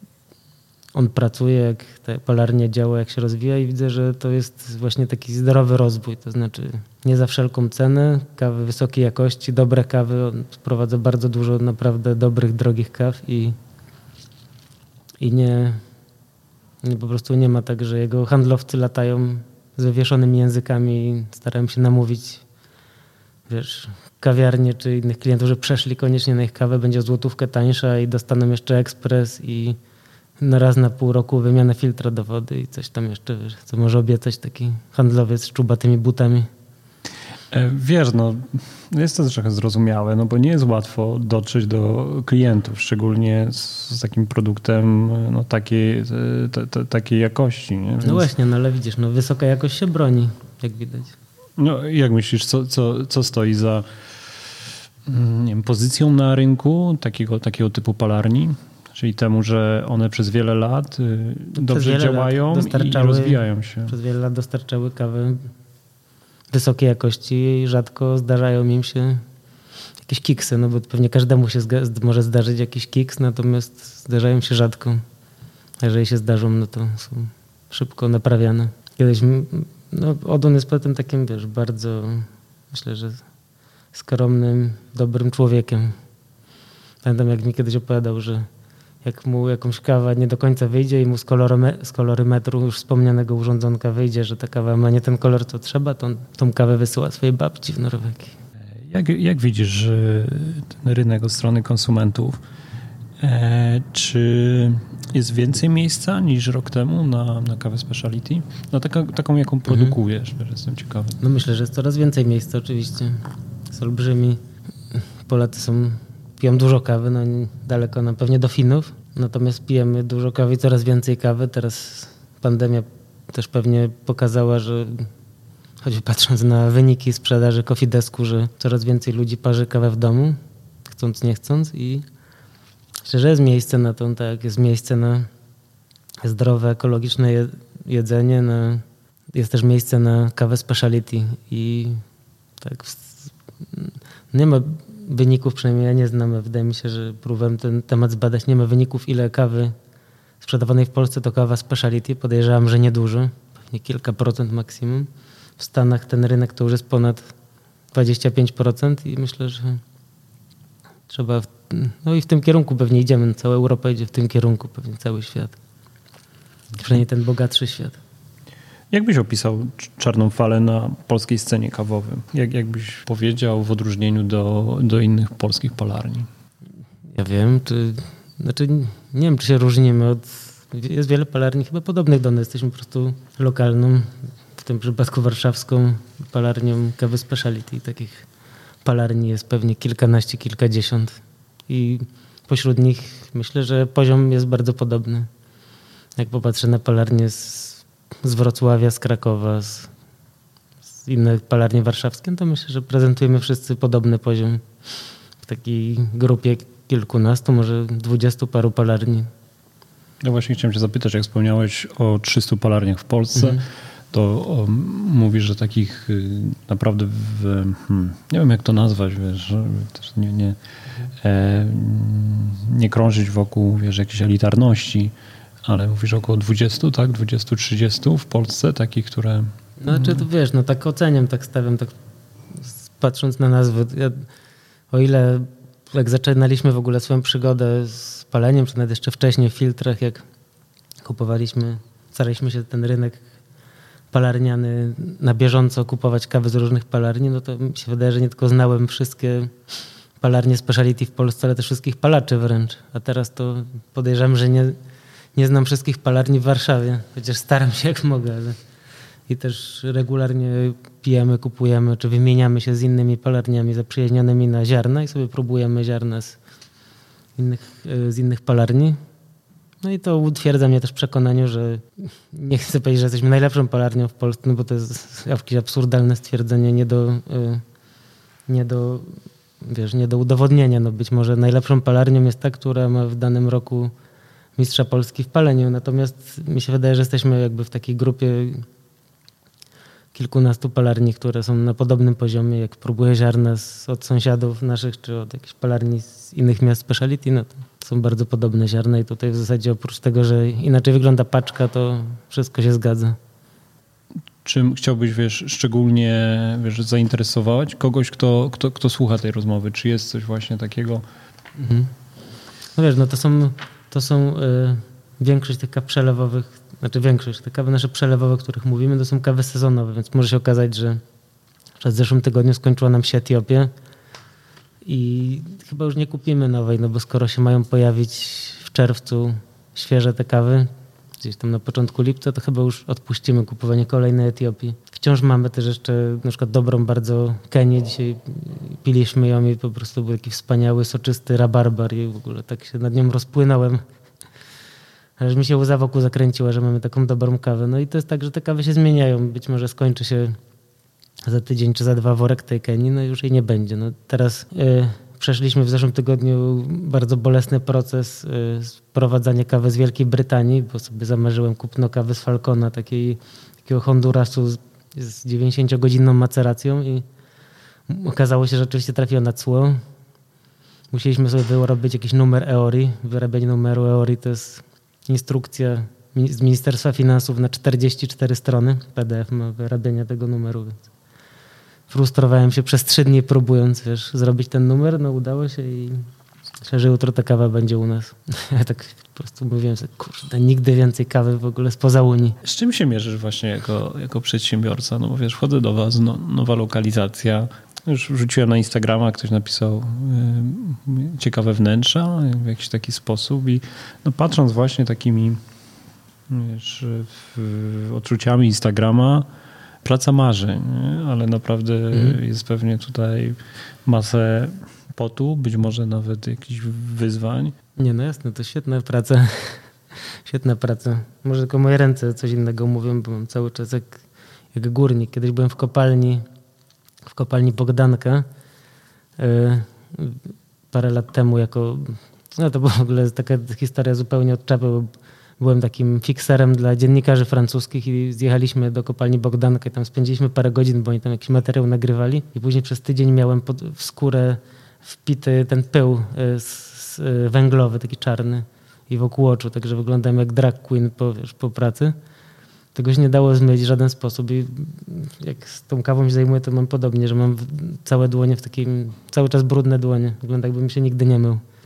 on pracuje, jak ta palarnia działa, jak się rozwija i widzę, że to jest właśnie taki zdrowy rozwój, to znaczy nie za wszelką cenę, kawy wysokiej jakości, dobre kawy, on wprowadza bardzo dużo naprawdę dobrych, drogich kaw i I nie, nie, po prostu nie ma tak, że jego handlowcy latają z wywieszonymi językami i starają się namówić, wiesz, kawiarnie czy innych klientów, że przeszli koniecznie na ich kawę, będzie złotówkę tańsza i dostaną jeszcze ekspres i na raz na pół roku wymianę filtra do wody i coś tam jeszcze, wiesz, co może obiecać taki handlowiec z czubatymi butami. Wiesz, no jest to trochę zrozumiałe, no bo nie jest łatwo dotrzeć do klientów, szczególnie z, z takim produktem no, takiej, te, te, takiej jakości. Nie? Więc... No właśnie, no ale widzisz, no wysoka jakość się broni, jak widać. No jak myślisz, co, co, co stoi za nie wiem, pozycją na rynku takiego, takiego typu palarni? Czyli temu, że one przez wiele lat dobrze wiele działają lat i rozwijają się. Przez wiele lat dostarczały kawę wysokiej jakości i rzadko zdarzają im się jakieś kiksy, no bo pewnie każdemu się zga- może zdarzyć jakiś kiks, natomiast zdarzają się rzadko. A jeżeli się zdarzą, no to są szybko naprawiane. Kiedyś, no Odun jest potem takim, wiesz, bardzo, myślę, że skromnym, dobrym człowiekiem. Pamiętam, jak mi kiedyś opowiadał, że jak mu jakąś kawa nie do końca wyjdzie i mu z, kolorome, z kolorymetru już wspomnianego urządzonka wyjdzie, że ta kawa ma nie ten kolor, co trzeba, to on tą kawę wysyła swojej babci w Norwegii. Jak, jak widzisz ten rynek od strony konsumentów? E, czy jest więcej miejsca niż rok temu na, na kawę speciality? No taka, taką, jaką produkujesz, mhm. Jestem ciekawy. No myślę, że jest coraz więcej miejsca oczywiście. Jest olbrzymi. Polacy są... Piją dużo kawy, no daleko nam pewnie do Finów, natomiast pijemy dużo kawy i coraz więcej kawy. Teraz pandemia też pewnie pokazała, że choćby patrząc na wyniki sprzedaży Coffee Desku, że coraz więcej ludzi parzy kawę w domu, chcąc nie chcąc i myślę, że jest miejsce na to, tak, jest miejsce na zdrowe, ekologiczne jedzenie, na, jest też miejsce na kawę speciality i tak nie ma wyników, przynajmniej ja nie znam, wydaje mi się, że próbowałem ten temat zbadać, nie ma wyników, ile kawy sprzedawanej w Polsce to kawa speciality, podejrzewam, że niedużo, pewnie kilka procent maksimum. W Stanach ten rynek to już jest ponad dwadzieścia pięć procent i myślę, że trzeba no i w tym kierunku pewnie idziemy. Cała Europa idzie w tym kierunku, pewnie cały świat. Przynajmniej ten bogatszy świat. Jak byś opisał czarną falę na polskiej scenie kawowej? Jak, jak byś powiedział w odróżnieniu do, do innych polskich palarni? Ja wiem, czy... Znaczy nie wiem, czy się różnimy od... Jest wiele palarni chyba podobnych do nas. Jesteśmy po prostu lokalną, w tym przypadku warszawską palarnią kawy speciality. Takich palarni jest pewnie kilkanaście, kilkadziesiąt. I pośród nich myślę, że poziom jest bardzo podobny. Jak popatrzę na palarnię z, z Wrocławia, z Krakowa, z, z innych palarni warszawskich, to myślę, że prezentujemy wszyscy podobny poziom w takiej grupie kilkunastu, może dwudziestu paru palarni. Ja właśnie chciałem cię zapytać, jak wspomniałeś o trzystu palarniach w Polsce, mhm. to o, mówisz, że takich naprawdę, w, hmm, nie wiem jak to nazwać, wiesz, też nie, nie, e, nie krążyć wokół, wiesz, jakiejś elitarności, ale mówisz około dwudziestu, tak? dwudziestu trzydziestu w Polsce, takich, które... No czy to wiesz, no tak oceniam, tak stawiam, tak patrząc na nazwy. Ja, o ile jak zaczynaliśmy w ogóle swoją przygodę z paleniem, czy nawet jeszcze wcześniej w filtrach, jak kupowaliśmy, staraliśmy się ten rynek palarniany na bieżąco kupować kawy z różnych palarni, no to mi się wydaje, że nie tylko znałem wszystkie palarnie speciality w Polsce, ale też wszystkich palaczy wręcz. A teraz to podejrzewam, że nie, nie znam wszystkich palarni w Warszawie, chociaż staram się jak mogę. Ale... I też regularnie pijemy, kupujemy, czy wymieniamy się z innymi palarniami zaprzyjaźnionymi na ziarna i sobie próbujemy ziarna z innych, z innych palarni. No i to utwierdza mnie też w przekonaniu, że nie chcę powiedzieć, że jesteśmy najlepszą palarnią w Polsce, no bo to jest jakieś absurdalne stwierdzenie, nie do, nie do, wiesz, nie do udowodnienia. No być może najlepszą palarnią jest ta, która ma w danym roku mistrza Polski w paleniu. Natomiast mi się wydaje, że jesteśmy jakby w takiej grupie kilkunastu palarni, które są na podobnym poziomie. Jak próbuję ziarna z, od sąsiadów naszych, czy od jakichś palarni z innych miast speciality, no to są bardzo podobne ziarna i tutaj w zasadzie oprócz tego, że inaczej wygląda paczka, to wszystko się zgadza. Czym chciałbyś, wiesz, szczególnie, wiesz, zainteresować kogoś, kto, kto, kto słucha tej rozmowy? Czy jest coś właśnie takiego? Mhm. No wiesz, no to są, to są y, większość tych kaw przelewowych, znaczy większość, te kawy nasze przelewowe, o których mówimy, to są kawy sezonowe, więc może się okazać, że w zeszłym tygodniu skończyła nam się Etiopia i chyba już nie kupimy nowej, no bo skoro się mają pojawić w czerwcu świeże te kawy, gdzieś tam na początku lipca, to chyba już odpuścimy kupowanie kolejnej Etiopii. Wciąż mamy też jeszcze na przykład dobrą bardzo Kenię. Dzisiaj piliśmy ją i po prostu był taki wspaniały, soczysty rabarbar i w ogóle tak się nad nią rozpłynąłem. Aż mi się łza wokół zakręciła, że mamy taką dobrą kawę. No i to jest tak, że te kawy się zmieniają. Być może skończy się za tydzień czy za dwa worek tej Kenii, no i już jej nie będzie. No teraz y, przeszliśmy w zeszłym tygodniu bardzo bolesny proces y, sprowadzania kawy z Wielkiej Brytanii, bo sobie zamarzyłem kupno kawy z Falcona, takiej, takiego Hondurasu z, z dziewięćdziesięciogodzinną maceracją i okazało się, że oczywiście trafiło na cło. Musieliśmy sobie wyrobić jakiś numer E O R I. Wyrabianie numeru E O R I to jest instrukcja z Ministerstwa Finansów na czterdzieści cztery strony. P D F ma wyrabiania tego numeru, więc frustrowałem się przez trzy dni próbując, wiesz, zrobić ten numer. No udało się i myślę, że jutro ta kawa będzie u nas. Ja tak po prostu mówiłem sobie, kurde, nigdy więcej kawy w ogóle spoza Unii. Z czym się mierzysz właśnie jako, jako przedsiębiorca? No bo wiesz, wchodzę do was, no, nowa lokalizacja. Już wrzuciłem na Instagrama, ktoś napisał y, ciekawe wnętrza w jakiś taki sposób i no, patrząc właśnie takimi wiesz, w, odczuciami Instagrama, praca marzy, nie? Ale naprawdę mhm. jest pewnie tutaj masę potu, być może nawet jakichś wyzwań. Nie, no jasne, to świetna praca. Świetna praca. Może tylko moje ręce coś innego mówią, bo mam cały czas jak, jak górnik. Kiedyś byłem w kopalni w kopalni Bogdanka yy, parę lat temu jako, no to była w ogóle taka historia zupełnie od czapy, bo byłem takim fikserem dla dziennikarzy francuskich i zjechaliśmy do kopalni Bogdanka i tam spędziliśmy parę godzin, bo oni tam jakiś materiał nagrywali i później przez tydzień miałem pod, w skórę wpity ten pył yy, z, z, yy, węglowy, taki czarny i wokół oczu, także wyglądałem jak drag queen po, wiesz, po pracy. Tego się nie dało zmyć w żaden sposób i jak z tą kawą się zajmuję, to mam podobnie, że mam całe dłonie w takim, cały czas brudne dłonie. Wygląda jakbym się nigdy nie mył.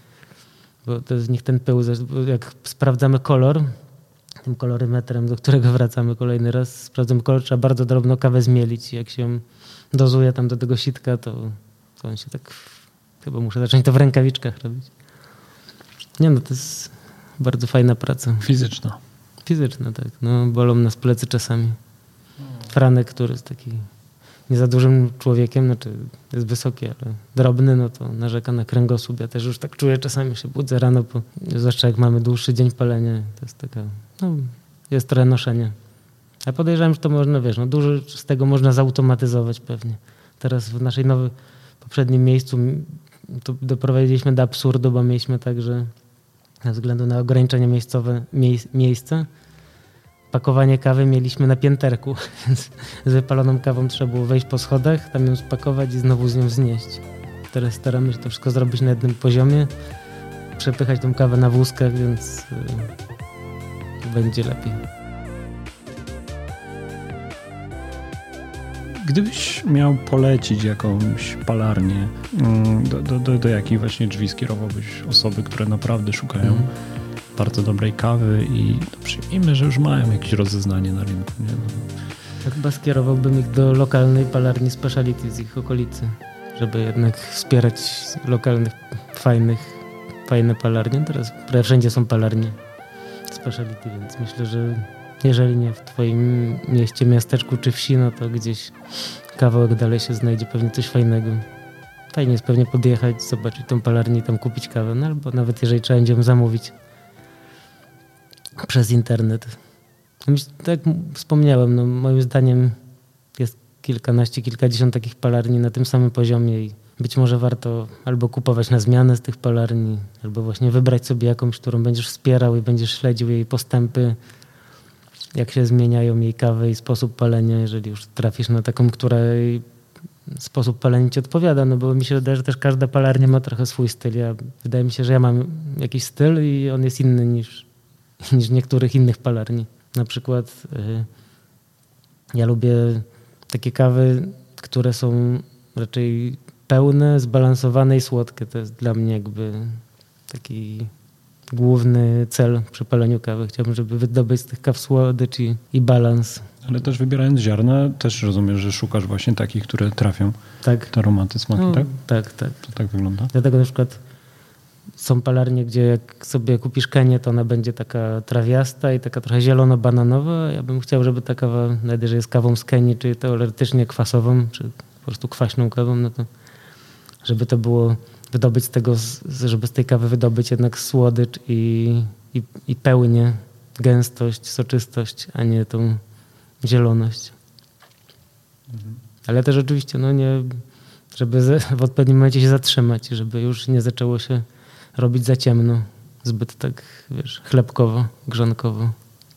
bo to jest w nich ten pył. Jak sprawdzamy kolor, tym kolorymetrem, do którego wracamy kolejny raz, sprawdzamy kolor, trzeba bardzo drobno kawę zmielić. Jak się ją dozuje tam do tego sitka, to, to on się tak... Chyba muszę zacząć to w rękawiczkach robić. Nie no, to jest bardzo fajna praca. Fizyczna. Fizyczna, tak. No, bolą nas plecy czasami. Franek, który jest taki nie za dużym człowiekiem, znaczy jest wysoki, ale drobny, no to narzeka na kręgosłup. Ja też już tak czuję, czasami się budzę rano, bo, zwłaszcza jak mamy dłuższy dzień palenia. To jest taka, no, jest trochę noszenie. A podejrzewam, że to można, wiesz, no dużo z tego można zautomatyzować pewnie. Teraz w naszej nowej, poprzednim miejscu to doprowadziliśmy do absurdu, bo mieliśmy tak, że ze względu na ograniczenia miejscowe, mie, miejsca, pakowanie kawy mieliśmy na pięterku, więc z wypaloną kawą trzeba było wejść po schodach, tam ją spakować i znowu z nią wznieść. Teraz staramy się to wszystko zrobić na jednym poziomie, przepychać tą kawę na wózkach, więc yy, będzie lepiej. Gdybyś miał polecić jakąś palarnię, do, do, do, do jakich właśnie drzwi skierowałbyś osoby, które naprawdę szukają mm. bardzo dobrej kawy i no, przyjmijmy, że już mają jakieś rozeznanie na rynku. Nie? No. Ja chyba skierowałbym ich do lokalnej palarni speciality z ich okolicy, żeby jednak wspierać lokalnych, fajnych, fajne palarnie. Teraz prawie wszędzie są palarnie speciality, więc myślę, że jeżeli nie w twoim mieście, miasteczku czy wsi, no to gdzieś kawałek dalej się znajdzie pewnie coś fajnego. Fajnie jest pewnie podjechać, zobaczyć tą palarnię i tam kupić kawę, no albo nawet jeżeli trzeba będzie ją zamówić przez internet. Tak jak wspomniałem, no moim zdaniem jest kilkanaście, kilkadziesiąt takich palarni na tym samym poziomie i być może warto albo kupować na zmianę z tych palarni, albo właśnie wybrać sobie jakąś, którą będziesz wspierał i będziesz śledził jej postępy, jak się zmieniają jej kawy i sposób palenia, jeżeli już trafisz na taką, której sposób palenia ci odpowiada, no bo mi się wydaje, że też każda palarnia ma trochę swój styl. Ja, wydaje mi się, że ja mam jakiś styl i on jest inny niż, niż niektórych innych palarni. Na przykład yy, ja lubię takie kawy, które są raczej pełne, zbalansowane i słodkie. To jest dla mnie jakby taki główny cel przy paleniu kawy. Chciałbym, żeby wydobyć z tych kaw słodycz i, i balans. Ale też wybierając ziarna, też rozumiem, że szukasz właśnie takich, które trafią tak. te aromaty, smaki, no, tak? Tak, tak. To tak wygląda? Dlatego na przykład są palarnie, gdzie jak sobie kupisz Kenię, to ona będzie taka trawiasta i taka trochę zielono-bananowa. Ja bym chciał, żeby ta kawa, nawet jeżeli jest kawą z Kenii, czy teoretycznie kwasową, czy po prostu kwaśną kawą, no to żeby to było wydobyć z tego, żeby z tej kawy wydobyć jednak słodycz i, i, i pełnię, gęstość, soczystość, a nie tą zieloność. Mhm. Ale też oczywiście, no nie, żeby w odpowiednim momencie się zatrzymać, żeby już nie zaczęło się robić za ciemno, zbyt tak, wiesz, chlebkowo, grzankowo.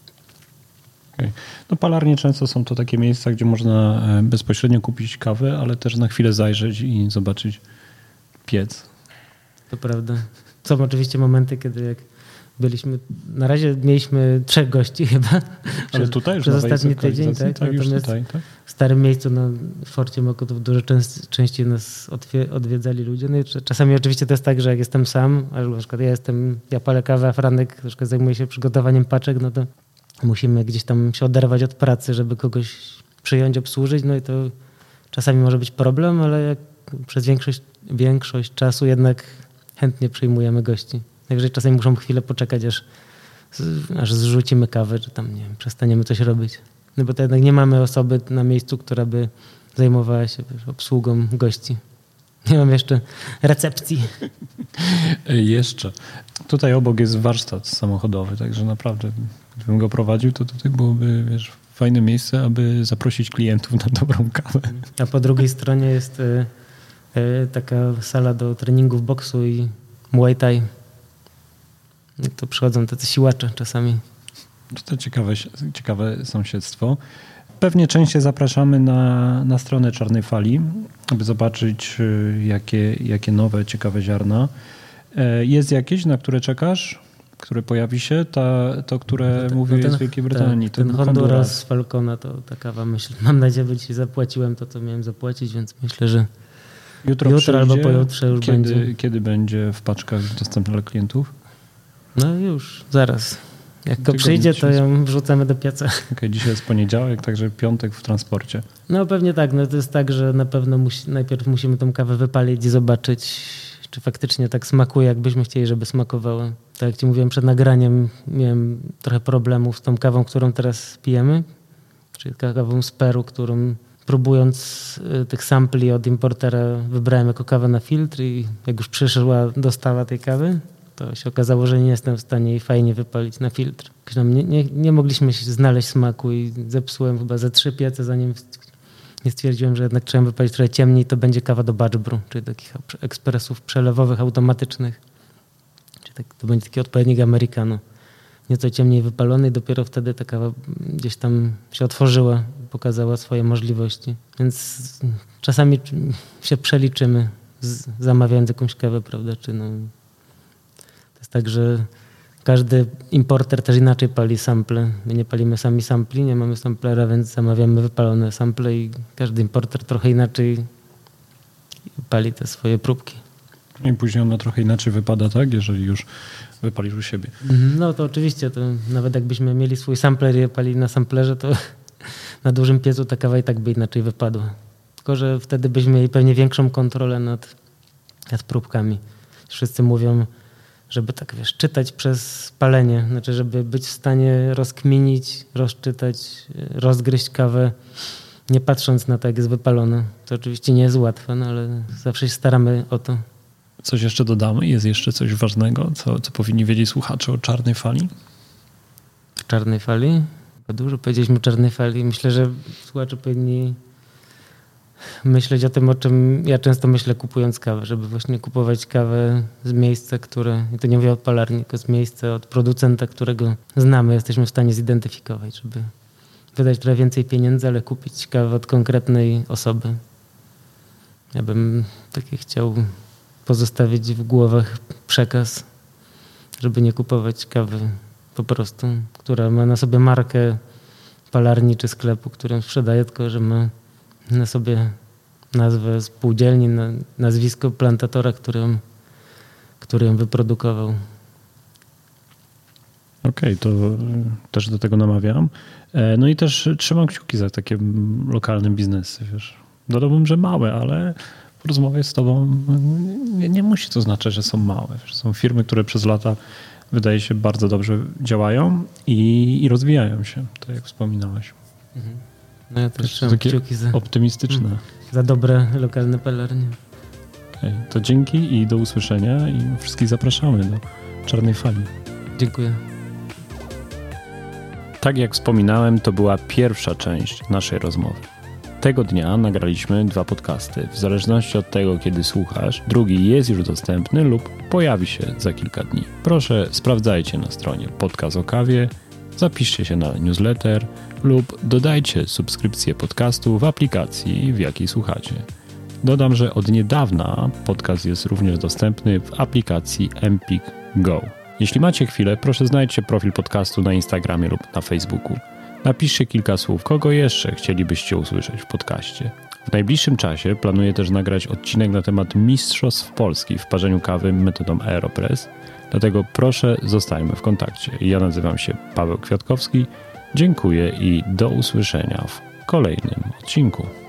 Okay. No palarnie często są to takie miejsca, gdzie można bezpośrednio kupić kawę, ale też na chwilę zajrzeć i zobaczyć piec. To prawda. Są oczywiście momenty, kiedy jak byliśmy, na razie mieliśmy trzech gości chyba. Ale tutaj już przez ostatni tydzień, tak? tak już Natomiast tutaj, tak? w starym miejscu na Forcie Mokotów dużo częst, częściej nas odwiedzali ludzie. No i czasami oczywiście to jest tak, że jak jestem sam, albo na przykład ja jestem, ja palę kawę, a Franek na przykład zajmuje się przygotowaniem paczek, no to musimy gdzieś tam się oderwać od pracy, żeby kogoś przyjąć, obsłużyć, no i to czasami może być problem, ale jak przez większość, większość czasu jednak chętnie przyjmujemy gości. Także czasami muszą chwilę poczekać, aż, aż zrzucimy kawę, czy tam, nie wiem, przestaniemy coś robić. No bo to jednak nie mamy osoby na miejscu, która by zajmowała się, wiesz, obsługą gości. Nie mam jeszcze recepcji. Jeszcze. Tutaj obok jest warsztat samochodowy, także naprawdę gdybym go prowadził, to tutaj byłoby, wiesz, fajne miejsce, aby zaprosić klientów na dobrą kawę. A po drugiej stronie jest y, y, taka sala do treningów boksu i Muay Thai. I to przychodzą tacy siłacze czasami. To ciekawe, ciekawe sąsiedztwo. Pewnie częściej zapraszamy na, na stronę Czarnej Fali, aby zobaczyć, jakie, jakie nowe, ciekawe ziarna. Jest jakieś, na które czekasz? Które pojawi się? Ta, to, które no mówię, no jest z Wielkiej Brytanii. Tak, ten, ten Honduras, Honduras z Falcona to ta kawa, myślę. Mam nadzieję, że dzisiaj zapłaciłem to, co miałem zapłacić, więc myślę, że jutro, jutro albo pojutrze już kiedy, będzie. Kiedy będzie w paczkach dostępne dla klientów? No już, zaraz. Jak go przyjdzie, to ją wrzucamy do pieca. Okej, okay, dzisiaj jest poniedziałek, także piątek w transporcie. No pewnie tak. No to jest tak, że na pewno musi, najpierw musimy tą kawę wypalić i zobaczyć, czy faktycznie tak smakuje, jakbyśmy chcieli, żeby smakowała. Tak jak ci mówiłem przed nagraniem, miałem trochę problemów z tą kawą, którą teraz pijemy, czyli kawą z Peru, którą próbując tych sampli od importera wybrałem jako kawę na filtr i jak już przyszła dostawa tej kawy, to się okazało, że nie jestem w stanie jej fajnie wypalić na filtr. Nie, nie, nie mogliśmy znaleźć smaku i zepsułem chyba ze trzy piece, zanim nie stwierdziłem, że jednak trzeba wypalić trochę ciemniej, to będzie kawa do batch brew, czyli takich ekspresów przelewowych, automatycznych. Czyli tak, to będzie taki odpowiednik americano. Nieco ciemniej wypalony i dopiero wtedy ta kawa gdzieś tam się otworzyła, pokazała swoje możliwości. Więc czasami się przeliczymy, zamawiając jakąś kawę, prawda, czy no... To jest tak, że każdy importer też inaczej pali sample. My nie palimy sami sampli, nie mamy samplera, więc zamawiamy wypalone sample i każdy importer trochę inaczej pali te swoje próbki. I później ona trochę inaczej wypada, tak? Jeżeli już wypalisz u siebie. No to oczywiście, to nawet jakbyśmy mieli swój sampler i je palili na samplerze, to na dużym piecu ta kawa i tak by inaczej wypadła. Tylko że wtedy byśmy mieli pewnie większą kontrolę nad, nad próbkami. Wszyscy mówią, żeby tak, wiesz, czytać przez palenie, znaczy żeby być w stanie rozkminić, rozczytać, rozgryźć kawę, nie patrząc na to, jak jest wypalone. To oczywiście nie jest łatwe, no ale zawsze się staramy o to. Coś jeszcze dodamy? Jest jeszcze coś ważnego, co, co powinni wiedzieć słuchacze o czarnej fali? Czarnej fali? Dużo powiedzieliśmy o czarnej fali. Myślę, że słuchacze powinni myśleć o tym, o czym ja często myślę, kupując kawę, żeby właśnie kupować kawę z miejsca, które, i to nie mówię o palarni, tylko z miejsca, od producenta, którego znamy, jesteśmy w stanie zidentyfikować, żeby wydać trochę więcej pieniędzy, ale kupić kawę od konkretnej osoby. Ja bym taki chciał pozostawić w głowach przekaz, żeby nie kupować kawy po prostu, która ma na sobie markę palarni czy sklepu, którą sprzedaje, tylko że ma na sobie nazwę spółdzielni, nazwisko plantatora, który ją, który ją wyprodukował. Okej, okay, to też do tego namawiam. No i też trzymam kciuki za takie lokalne biznesy. Wiesz. Dodałbym, że małe, ale w rozmowie z tobą nie, nie musi to znaczyć, że są małe. Wiesz. Są firmy, które przez lata wydaje się bardzo dobrze działają i, i rozwijają się, tak jak wspominałeś. Mhm. No ja też trzymam kciuki za optymistyczne. Mm, za dobre lokalne palarnie. Okay, to dzięki i do usłyszenia i wszystkich zapraszamy do Czarnej Fali. Dziękuję. Tak jak wspominałem, to była pierwsza część naszej rozmowy. Tego dnia nagraliśmy dwa podcasty. W zależności od tego, kiedy słuchasz, drugi jest już dostępny lub pojawi się za kilka dni. Proszę, sprawdzajcie na stronie Podcast o Kawie, zapiszcie się na newsletter lub dodajcie subskrypcję podcastu w aplikacji, w jakiej słuchacie. Dodam, że od niedawna podcast jest również dostępny w aplikacji Empik Go. Jeśli macie chwilę, proszę znajdźcie profil podcastu na Instagramie lub na Facebooku. Napiszcie kilka słów, kogo jeszcze chcielibyście usłyszeć w podcaście. W najbliższym czasie planuję też nagrać odcinek na temat mistrzostw Polski w parzeniu kawy metodą AeroPress. Dlatego proszę, zostańmy w kontakcie. Ja nazywam się Paweł Kwiatkowski. Dziękuję i do usłyszenia w kolejnym odcinku.